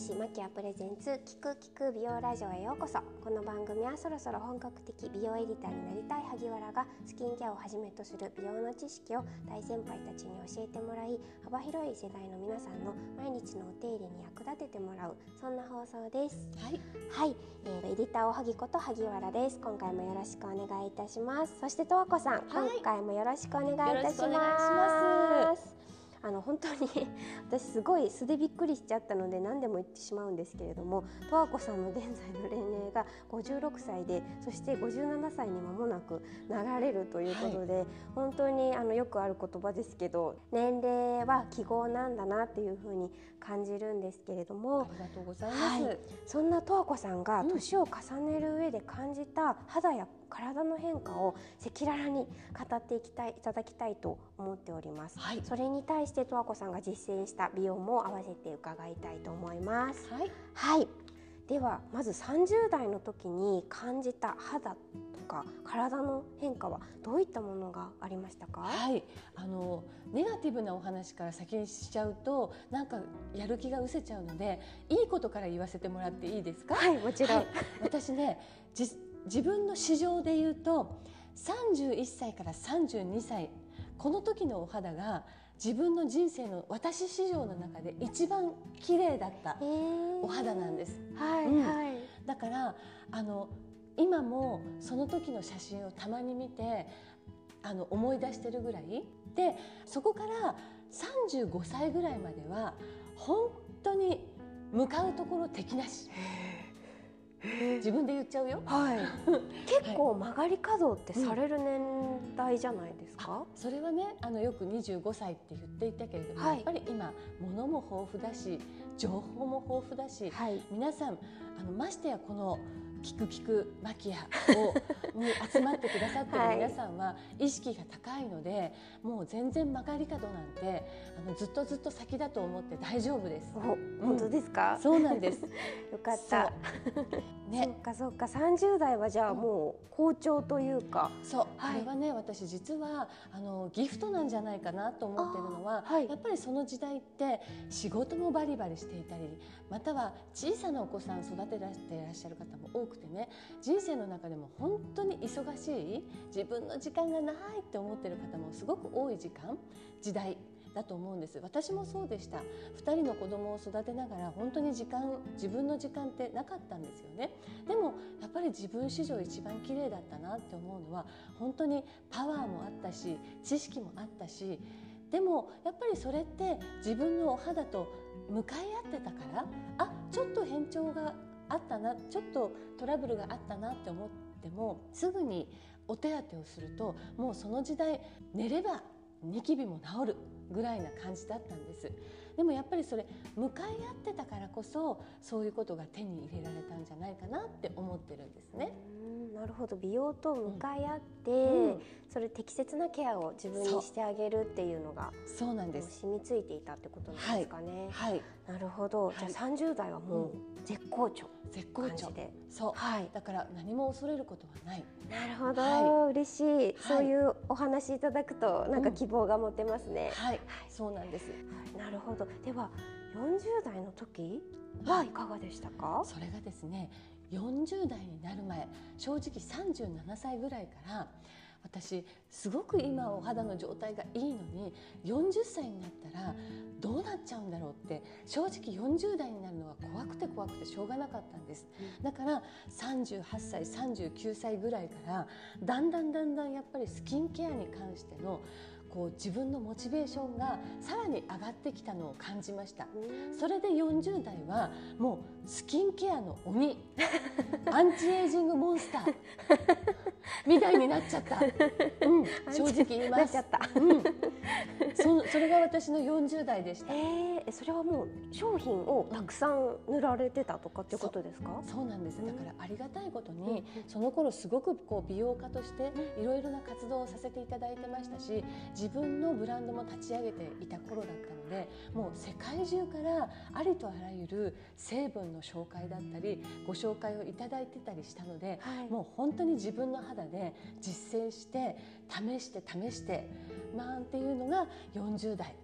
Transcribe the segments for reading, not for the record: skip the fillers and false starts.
師マキアプレゼンツ聞く聞く美容ラジオへようこそ。この番組はそろそろ本格的美容エディターになりたい萩原がスキンケアをはじめとする美容の知識を大先輩たちに教えてもらい、幅広い世代の皆さんの毎日のお手入れに役立ててもらう、そんな放送です。はい、エディターおはぎこと萩原です。今回もよろしくお願いいたします。そしてとわこさん、今回もよろしくお願いいたします。本当に私すごい素でびっくりしちゃったので何でも言ってしまうんですけれども、十和子さんの現在の年齢が56歳で、そして57歳に間もなくなられるということで、本当によくある言葉ですけど、年齢は記号なんだなっていうふうに感じるんですけれども、 ありがとうございます。 そんな十和子さんが年を重ねる上で感じた肌や体の変化を赤裸々に語っていただきたいと思っております。それに対して十和子さんが実践した美容も合わせて伺いたいと思います。ではまず30代の時に感じた肌とか体の変化はどういったものがありましたか？ ネガティブなお話から先にしちゃうとなんかやる気が失せちゃうので、いいことから言わせてもらっていいですか？ はい、もちろん。 私ね、自分の市場で言うと31歳から32歳、この時のお肌が自分の人生の私市場の中で一番綺麗だったお肌なんです。だから今もその時の写真をたまに見て思い出してるぐらいで、そこから35歳ぐらいまでは本当に向かうところ敵なし。自分で言っちゃうよ。 結構曲がり角ってされる年代じゃないですか？ それはね、よく25歳って言っていたけれども、やっぱり今物も豊富だし情報も豊富だし、皆さんましてやこの聞くマキアに集まってくださってる皆さんは意識が高いので、もう全然曲がり角なんてずっと先だと思って大丈夫です。 本当ですか？ そうなんです。 よかった。そうか30代はじゃあもう好調というか。 これはね、私実はギフトなんじゃないかなと思ってるのは、やっぱりその時代って仕事もバリバリしていたり、または小さなお子さん育てらしていらっしゃる方も多くてね、人生の中でも本当に忙しい、自分の時間がないって思ってる方もすごく多い時代だと思うんです。私もそうでした。2人の子供を育てながら本当に自分の時間ってなかったんですよね。でもやっぱり自分史上一番綺麗だったなって思うのは、本当にパワーもあったし知識もあったし、でもやっぱりそれって自分のお肌と向かい合ってたから、ちょっと変調があったな、ちょっとトラブルがあったなって思ってもすぐにお手当てをすると、もうその時代寝ればニキビも治るぐらいな感じだったんです。でもやっぱりそれ向かい合ってたからこそ、そういうことが手に入れられたんじゃないかなって思ってるんですね。 なるほど。美容と向かい合って、それ適切なケアを自分にしてあげるっていうのがそうなんです。 染みついていたってことなんですかね。なるほど。じゃあ30代はもう絶好調感じで。 だから何も恐れることはない。 なるほど、嬉しい。そういうお話いただくとなんか希望が持てますね。 そうなんです。 なるほど。では40代の時はいかがでしたか？ それがですね、40代になる前、正直37歳ぐらいから私すごく今お肌の状態がいいのに、40歳になったらどうなっちゃうんだろうって正直40代になるのは怖くてしょうがなかったんです。だから38歳39歳ぐらいからだんだんやっぱりスキンケアに関しての自分のモチベーションがさらに上がってきたのを感じました。それで40代はもうスキンケアの鬼アンチエイジングモンスターみたいになっちゃった、正直言います。それが私の40代でした。 それはもう商品をたくさん塗られてたとかっていうことですか？ そうなんです。だからありがたいことに、その頃すごく美容家としていろいろな活動をさせていただいてましたし、自分のブランドも立ち上げていた頃だったので、もう世界中からありとあらゆる成分の紹介だったりご紹介をいただいてたりしたので、もう本当に自分の肌で実践して試してっていうのが40代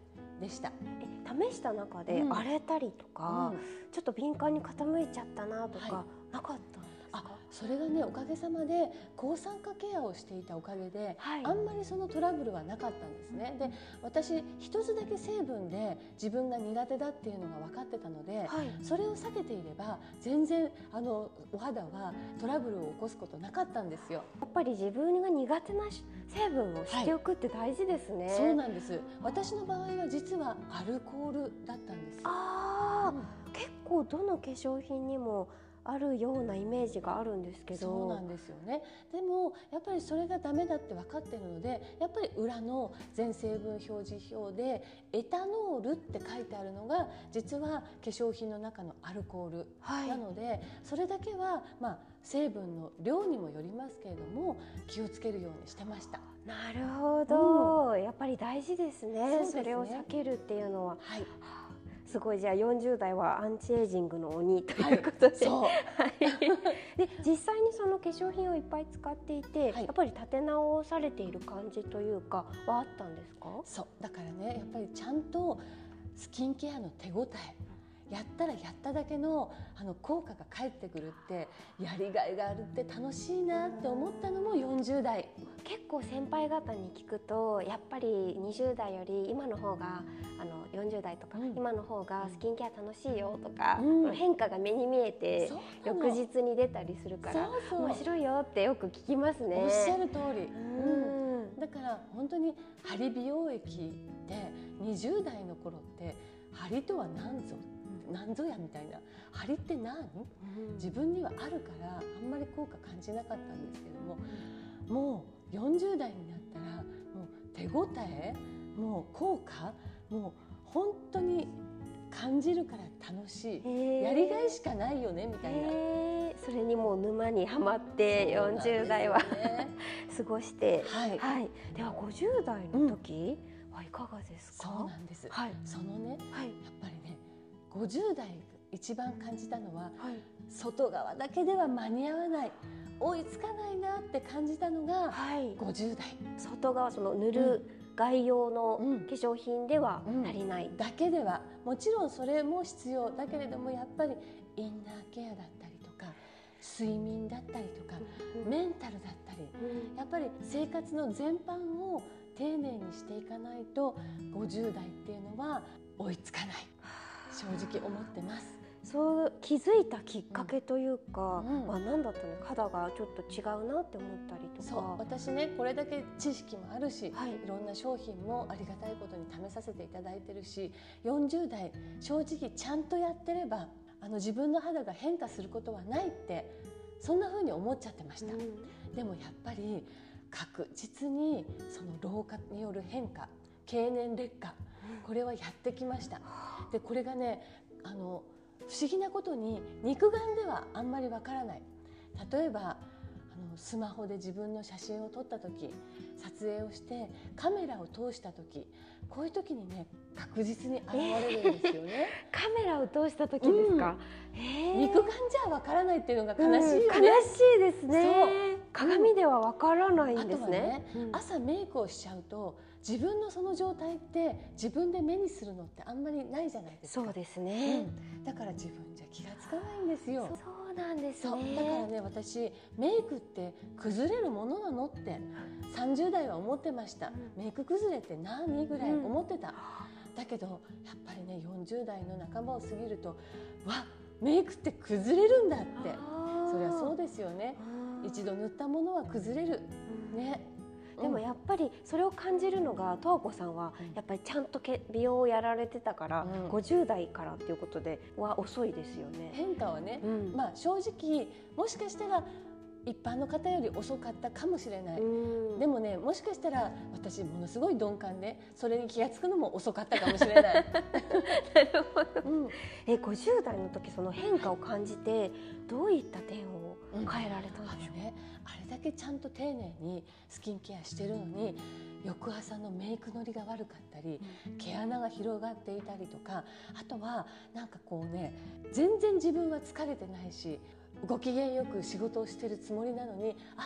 でした。 試した中で荒れたりとか、ちょっと敏感に傾いちゃったなとか、なかったんですか？ それがね、おかげさまで抗酸化ケアをしていたおかげで、あんまりそのトラブルはなかったんですね。で、私一つだけ成分で自分が苦手だっていうのが分かってたので、それを避けていれば全然お肌はトラブルを起こすことなかったんですよ。 やっぱり自分が苦手な成分を知っておくって大事ですね。 そうなんです。私の場合は実はアルコールだったんです。 結構どの化粧品にもあるようなイメージがあるんですけど。 そうなんですよね。でもやっぱりそれがダメだって分かってるので、やっぱり裏の全成分表示表でエタノールって書いてあるのが実は化粧品の中のアルコールなので、それだけは成分の量にもよりますけれども気をつけるようにしてました。 なるほど、やっぱり大事ですね。それを避けるっていうのは。すごい。じゃあ40代はアンチエイジングの鬼ということで、で実際にその化粧品をいっぱい使っていて、やっぱり立て直されている感じというかはあったんですか？ そうだからね、やっぱりちゃんとスキンケアの手応え、やったらやっただけの効果が返ってくるって、やりがいがあるって楽しいなって思ったのも40代。 結構先輩方に聞くと、やっぱり20代より今の方が40代とか、今の方がスキンケア楽しいよとか、変化が目に見えて翌日に出たりするから面白いよってよく聞きますね。 おっしゃる通り。だから本当にハリ美容液で20代の頃ってハリとは何ぞやみたいな、ハリって何、自分にはあるからあんまり効果感じなかったんですけども、もう40代になったらもう手応え、もう効果、もう本当に感じるから楽しい、やりがいしかないよねみたいな。 それにもう沼にはまって40代は過ごして、では50代の時はいかがですか？ そうなんです。そのね、やっぱりね、50代一番感じたのは、外側だけでは間に合わない、追いつかないなって感じたのが50代。 外側、その塗る外用の化粧品では足りない、 だけでは、もちろんそれも必要だけれども、やっぱりインナーケアだったりとか睡眠だったりとか、メンタルだったり、やっぱり生活の全般を丁寧にしていかないと50代っていうのは追いつかない、正直思ってます。 そう気づいたきっかけというか、何だったの？肌がちょっと違うなって思ったりとか。 そう、私ね、これだけ知識もあるし、いろんな商品もありがたいことに試させていただいてるし、40代正直ちゃんとやってれば自分の肌が変化することはないって、そんな風に思っちゃってました。でもやっぱり確実にその老化による変化、経年劣化、これはやってきました。でこれがね、不思議なことに肉眼ではあんまりわからない。例えばスマホで自分の写真を撮った時、撮影をしてカメラを通した時、こういう時にね、確実に現れるんですよね。 カメラを通した時ですか？ 肉眼じゃわからないっていうのが悲しいよね。 悲しいですね。鏡ではわからないんですね。 朝メイクをしちゃうと自分のその状態って自分で目にするのってあんまりないじゃないですか。 そうですね。 だから自分じゃ気がつかないんですよ。 そうなんですね。 だからね、私メイクって崩れるものなのって30代は思ってました。メイク崩れって何ぐらい思ってた。だけどやっぱりね、40代の半ばを過ぎると、わ、メイクって崩れるんだって。そりゃそうですよね。一度塗ったものは崩れる、ね。 でもやっぱりそれを感じるのが、十和子さんはやっぱりちゃんと美容をやられてたから、50代からっていうことでは遅いですよね。 変化はね、正直もしかしたら一般の方より遅かったかもしれない。でもね、もしかしたら私ものすごい鈍感で、それに気が付くのも遅かったかもしれない。なるほど。50代の時その変化を感じて、どういった点を変えられたんでしょう？ あれだけちゃんと丁寧にスキンケアしてるのに、翌朝のメイクのりが悪かったり、毛穴が広がっていたりとか、あとはなんかこうね、全然自分は疲れてないし、ご機嫌よく仕事をしてるつもりなのに、あ、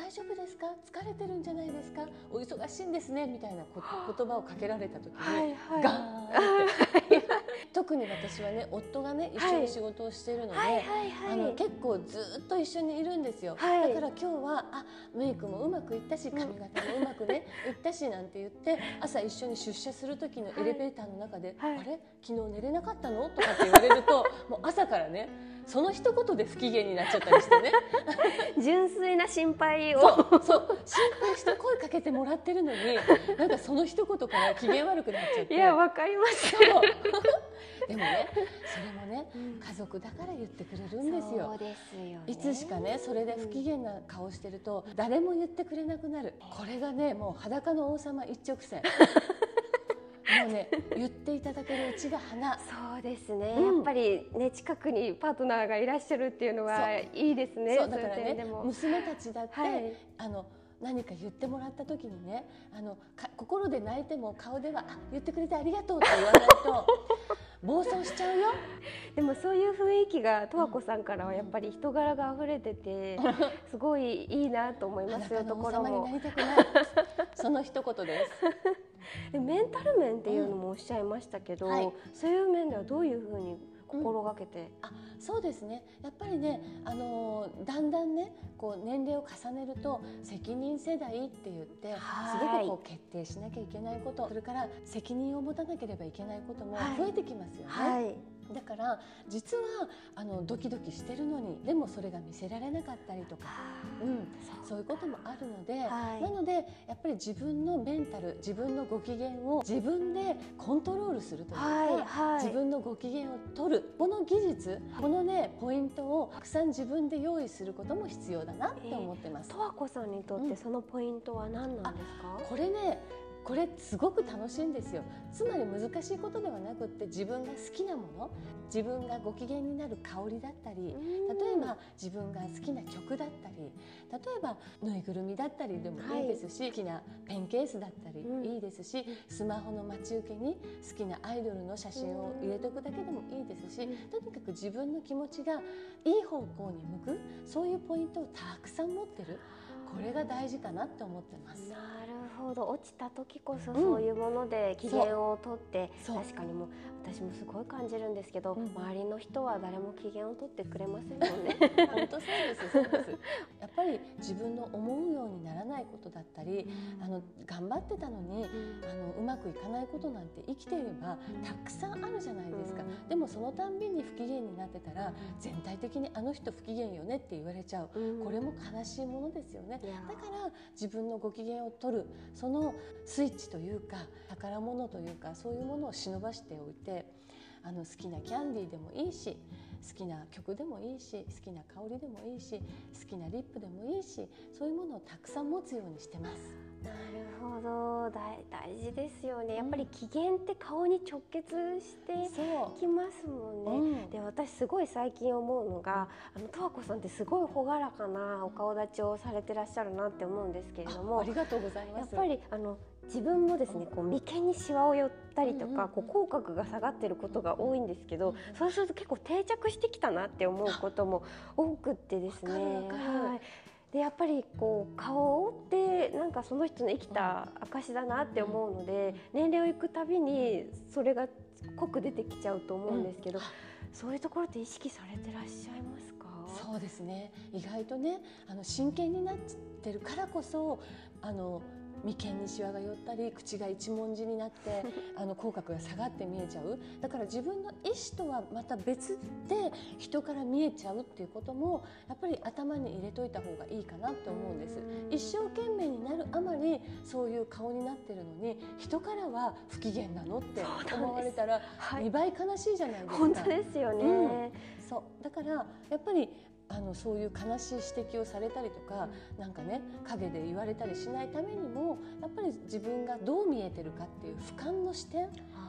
大丈夫ですか、疲れてるんじゃないですか、お忙しいんですねみたいな言葉をかけられた時に、ガーンって特に私はね、夫がね一緒に仕事をしているので、結構ずっと一緒にいるんですよ。だから今日はメイクもうまくいったし、髪型もうまくねいったしなんて言って、朝一緒に出社する時のエレベーターの中で、あれ昨日寝れなかったのとかって言われるともう朝からねその一言で不機嫌になっちゃったりしてね純粋な心配をそう心配して声かけてもらってるのに、なんかその一言から機嫌悪くなっちゃって。 いや、わかりますよでもね、それもね、家族だから言ってくれるんですよ。 そうですよね。 いつしかね、それで不機嫌な顔してると誰も言ってくれなくなる。これがね、もう裸の王様一直線もうね、言っていただけるうちが花。 そうですね、やっぱりね、近くにパートナーがいらっしゃるっていうのはいいですね。 そうだからね、娘たちだって、何か言ってもらった時にね、心で泣いても顔では言ってくれてありがとうって言わないと暴走しちゃうよ。 でもそういう雰囲気が十和子さんからはやっぱり人柄が溢れてて、すごいいいなと思いますよ。ところもその一言です。 でメンタル面っていうのもおっしゃいましたけど、そういう面ではどういうふうに心がけて、 そうですね、やっぱりね、だんだんねこう年齢を重ねると責任世代って言って、すごくこう決定しなきゃいけないこと、それから責任を持たなければいけないことも増えてきますよね。だから実はドキドキしてるのに、でもそれが見せられなかったりとか、そういうこともあるので、なのでやっぱり自分のメンタル、自分のご機嫌を自分でコントロールするというか、自分のご機嫌を取る、この技術、このねポイントをたくさん自分で用意することも必要だなって思ってます。 十和子さんにとってそのポイントは何なんですか？ これすごく楽しいんですよ。つまり難しいことではなくって、自分が好きなもの、自分がご機嫌になる香りだったり、例えば自分が好きな曲だったり、例えばぬいぐるみだったりでもいいですし、好きなペンケースだったりいいですし、スマホの待ち受けに好きなアイドルの写真を入れておくだけでもいいですし、とにかく自分の気持ちがいい方向に向く、そういうポイントをたくさん持ってる、これが大事かなって思ってます。 なるほど、落ちた時こそそういうもので機嫌をとって、確かにもう私もすごい感じるんですけど、周りの人は誰も機嫌をとってくれませんもんね。 本当そうです、そうです。やっぱり自分の思うようにならないことだったり、頑張ってたのにうまくいかないことなんて生きていればたくさんあるじゃないですか。でもそのたんびに不機嫌になってたら、全体的にあの人不機嫌よねって言われちゃう、これも悲しいものですよね。だから自分のご機嫌を取る、そのスイッチというか宝物というか、そういうものを忍ばしておいて、好きなキャンディーでもいいし、好きな曲でもいいし、好きな香りでもいいし、好きなリップでもいいし、そういうものをたくさん持つようにしてます。 なるほど、大事ですよね。やっぱり機嫌って顔に直結してきますもんね。で、私すごい最近思うのが、十和子さんってすごい朗らかなお顔立ちをされてらっしゃるなって思うんですけれども、 ありがとうございます。 やっぱり自分もですね、こう眉間にシワを寄ったりとか、こう口角が下がってることが多いんですけど、そうすると結構定着してきたなって思うことも多くってですね。でやっぱりこう顔ってなんかその人の生きた証だなって思うので、年齢をいくたびにそれが濃く出てきちゃうと思うんですけど、そういうところって意識されてらっしゃいますか？ そうですね、意外とね真剣になってるからこそ眉間にシワが寄ったり、口が一文字になって口角が下がって見えちゃう。だから自分の意思とはまた別で人から見えちゃうっていうこともやっぱり頭に入れといた方がいいかなって思うんです。一生懸命になるあまりそういう顔になってるのに、人からは不機嫌なのって思われたら2倍悲しいじゃないですか。 本当ですよね。 そうだからやっぱりそういう悲しい指摘をされたりとか、なんかね陰で言われたりしないためにも、やっぱり自分がどう見えてるかっていう俯瞰の視点、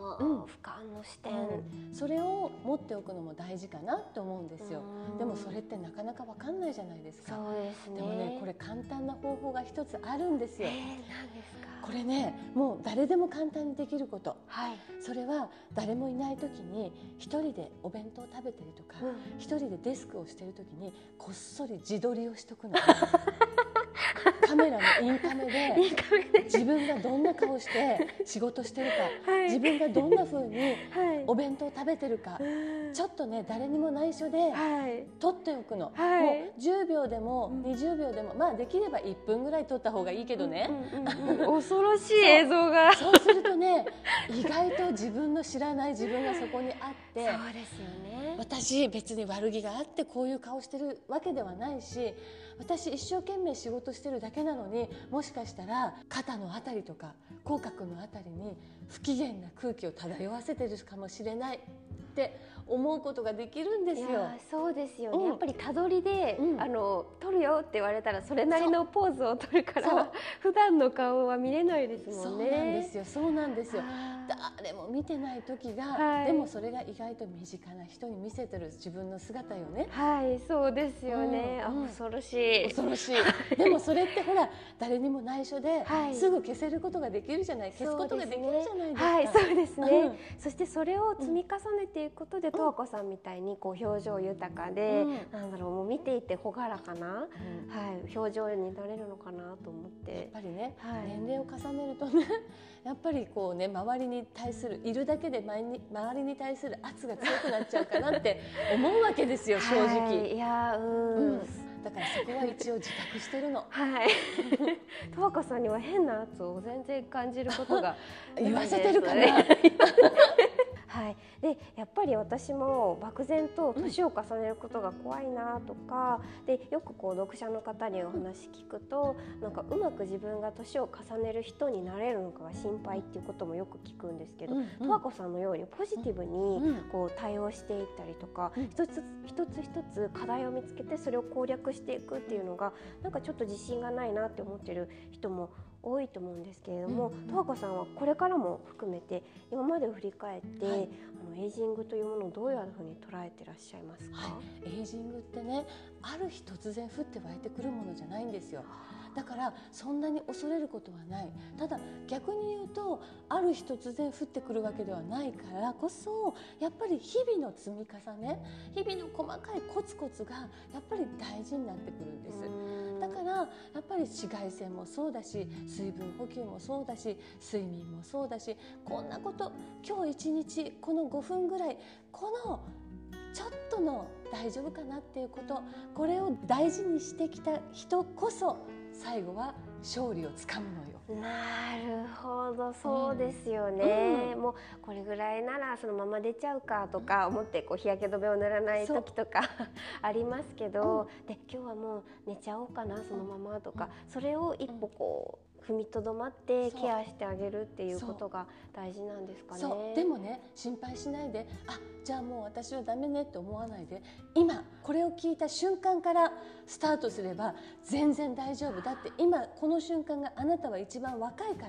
俯瞰の視点、 それを持っておくのも大事かなって思うんですよ。でもそれってなかなかわかんないじゃないですか。 そうですね。 でもね、これ簡単な方法が一つあるんですよ。 何ですか？ これね、もう誰でも簡単にできること、 はい、 それは誰もいない時に一人でお弁当を食べてるとか、一人でデスクをしてる時にこっそり自撮りをしとくの。カメラのインカメで自分がどんな顔して仕事してるか、自分がどんな風にお弁当を食べてるか、ちょっとね誰にも内緒で撮っておくの。もう10秒でも20秒でも、まあできれば1分ぐらい撮った方がいいけどね。 恐ろしい映像が。 そうするとね、意外と自分の知らない自分がそこにあって、 そうですよね。 私別に悪気があってこういう顔してるわけではないし、私一生懸命仕事してるだけなのに、もしかしたら肩のあたりとか口角のあたりに不機嫌な空気を漂わせてるかもしれないって思うことができるんですよ。いや、 そうですよね。やっぱりたどりで、撮るよって言われたらそれなりのポーズを撮るから普段の顔は見れないですもんね。 そうなんですよ。そうなんですよ。誰も見てない時が、でもそれが意外と身近な人に見せてる自分の姿よね。 はい、そうですよね。恐ろしい。 恐ろしい。でもそれってほら誰にも内緒ですぐ消せることができるじゃない。消すことができるじゃないですか。 はい、そうですね。そしてそれを積み重ねていくことで、十和子さんみたいにこう表情豊かで、なんだろう、もう見ていて朗らかな、表情になれるのかなと思って。 やっぱりね、年齢を重ねるとね、やっぱりこうね、周りに対するいるだけで周りに対する圧が強くなっちゃうかなって思うわけですよ、正直。 いや、 だからそこは一応自覚してるの。 はい。十和子さんには変な圧を全然感じることが言わせてるかな。 はい、でやっぱり私も漠然と年を重ねることが怖いなとか、でよくこう読者の方にお話聞くと、なんかうまく自分が年を重ねる人になれるのかが心配っていうこともよく聞くんですけど、十和子さんのようにポジティブにこう対応していったりとか、一つ一つ課題を見つけてそれを攻略していくっていうのが、なんかちょっと自信がないなって思ってる人も多いと思うんですけれども、十和子さんはこれからも含めて今までを振り返って、エイジングというものをどういうふうに捉えてらっしゃいますか？ エイジングってね、ある日突然降って湧いてくるものじゃないんですよ。だからそんなに恐れることはない。ただ逆に言うと、ある日突然降ってくるわけではないからこそ、やっぱり日々の積み重ね、日々の細かいコツコツがやっぱり大事になってくるんです。だからやっぱり紫外線もそうだし、水分補給もそうだし、睡眠もそうだし、こんなこと今日一日この5分ぐらい、このちょっとの大丈夫かなっていうこと、これを大事にしてきた人こそ最後は勝利をつかむのよ。 なるほど、そうですよね。もうこれぐらいならそのまま出ちゃうかとか思ってこう日焼け止めを塗らない時とかありますけど、で今日はもう寝ちゃおうかなそのままとか、それを一歩こう踏みとどまってケアしてあげるっていうことが大事なんですかね。 そうでもね、心配しないで、じゃあもう私はダメねって思わないで、今これを聞いた瞬間からスタートすれば全然大丈夫だって。今この瞬間があなたは一番若いから。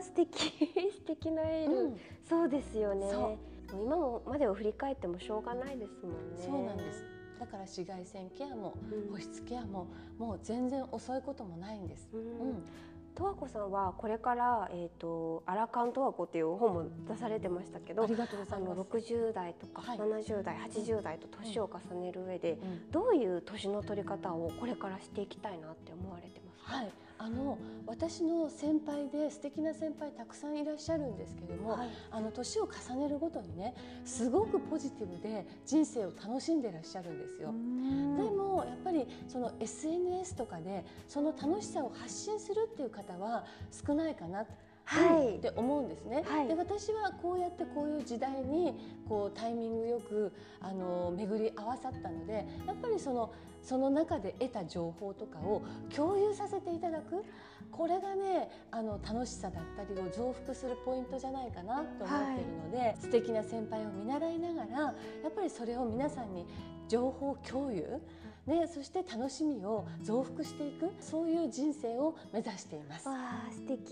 素敵素敵なエール、そうですよね。今までを振り返ってもしょうがないですもんね。 そうなんです。だから紫外線ケアも保湿ケアももう全然遅いこともないんです。 十和子さんはこれからアラカン十和子っていう本も出されてましたけど、60代とか70代、80代と年を重ねる上で、どういう年の取り方をこれからしていきたいなって思われてますか？ 私の先輩で素敵な先輩たくさんいらっしゃるんですけども、年を重ねるごとにね、すごくポジティブで人生を楽しんでいらっしゃるんですよ。でもやっぱりその SNS とかでその楽しさを発信するっていう方は少ないかなって思うんですね。で私はこうやってこういう時代にこうタイミングよく巡り合わさったので、やっぱりその中で得た情報とかを共有させていただく、これがね楽しさだったりを増幅するポイントじゃないかなと思っているので、素敵な先輩を見習いながらやっぱりそれを皆さんに情報共有で、そして楽しみを増幅していく、そういう人生を目指しています。 素敵。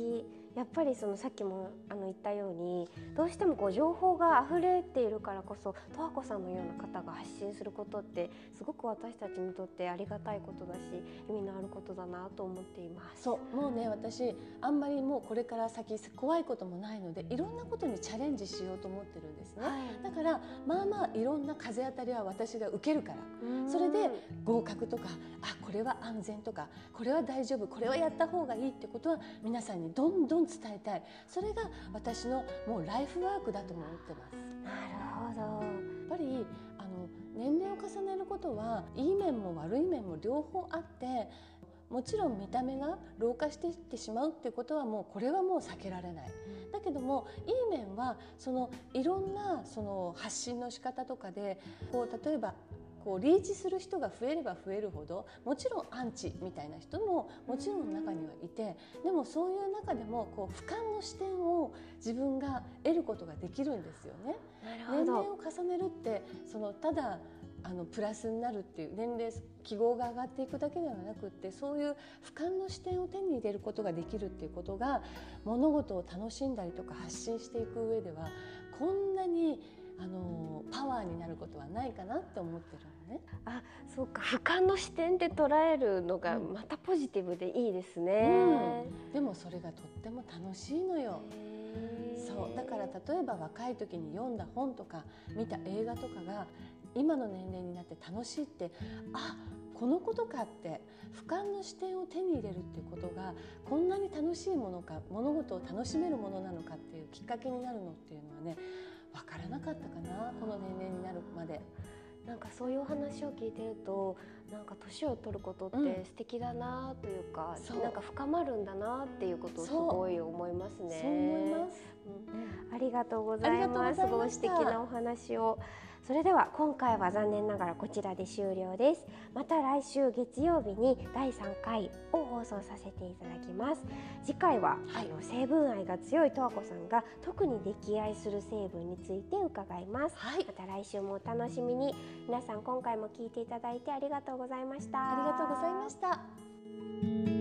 やっぱりそのさっきも言ったようにどうしてもこう情報が溢れているからこそ、十和子さんのような方が発信することってすごく私たちにとってありがたいことだし、意味のあることだなと思っています。 そうもうね、私あんまりもうこれから先怖いこともないので、いろんなことにチャレンジしようと思ってるんですね、はい、だからまあまあいろんな風当たりは私が受けるから、それで合格とか、あ、これは安全とか、これは大丈夫、これはやった方がいいってことは皆さんにどんどん伝えたい。それが私のもうライフワークだと思ってます。 なるほど。 やっぱり年齢を重ねることはいい面も悪い面も両方あって、もちろん見た目が老化していってしまうっていうことはもうこれはもう避けられない、だけどもいい面はいろんな発信の仕方とかで例えばリーチする人が増えれば増えるほど、もちろんアンチみたいな人ももちろん中にはいて、でもそういう中でも俯瞰の視点を自分が得ることができるんですよね。年齢を重ねるってただプラスになるっていう年齢記号が上がっていくだけではなくって、そういう俯瞰の視点を手に入れることができるっていうことが、物事を楽しんだりとか発信していく上ではこんなにパワーになることはないかなって思ってるのね。 あ、そうか、俯瞰の視点で捉えるのがまたポジティブでいいですね、 でもそれがとっても楽しいのよ。そうだから例えば若い時に読んだ本とか見た映画とかが今の年齢になって楽しいって、あ、このことかって、俯瞰の視点を手に入れるっていうことがこんなに楽しいものか、物事を楽しめるものなのかっていうきっかけになるのっていうのはね、分からなかったかな、この年齢になるまで。 なんかそういうお話を聞いてると、なんか年を取ることって素敵だなというか、なんか深まるんだなっていうことをすごい思いますね。 そう思います、 ありがとうございます。すごい素敵なお話を。それでは今回は残念ながらこちらで終了です。また来週月曜日に第3回を放送させていただきます。次回は、成分愛が強い十和子さんが特に溺愛する成分について伺います、また来週もお楽しみに。皆さん今回も聞いていただいてありがとうございました。 ありがとうございました。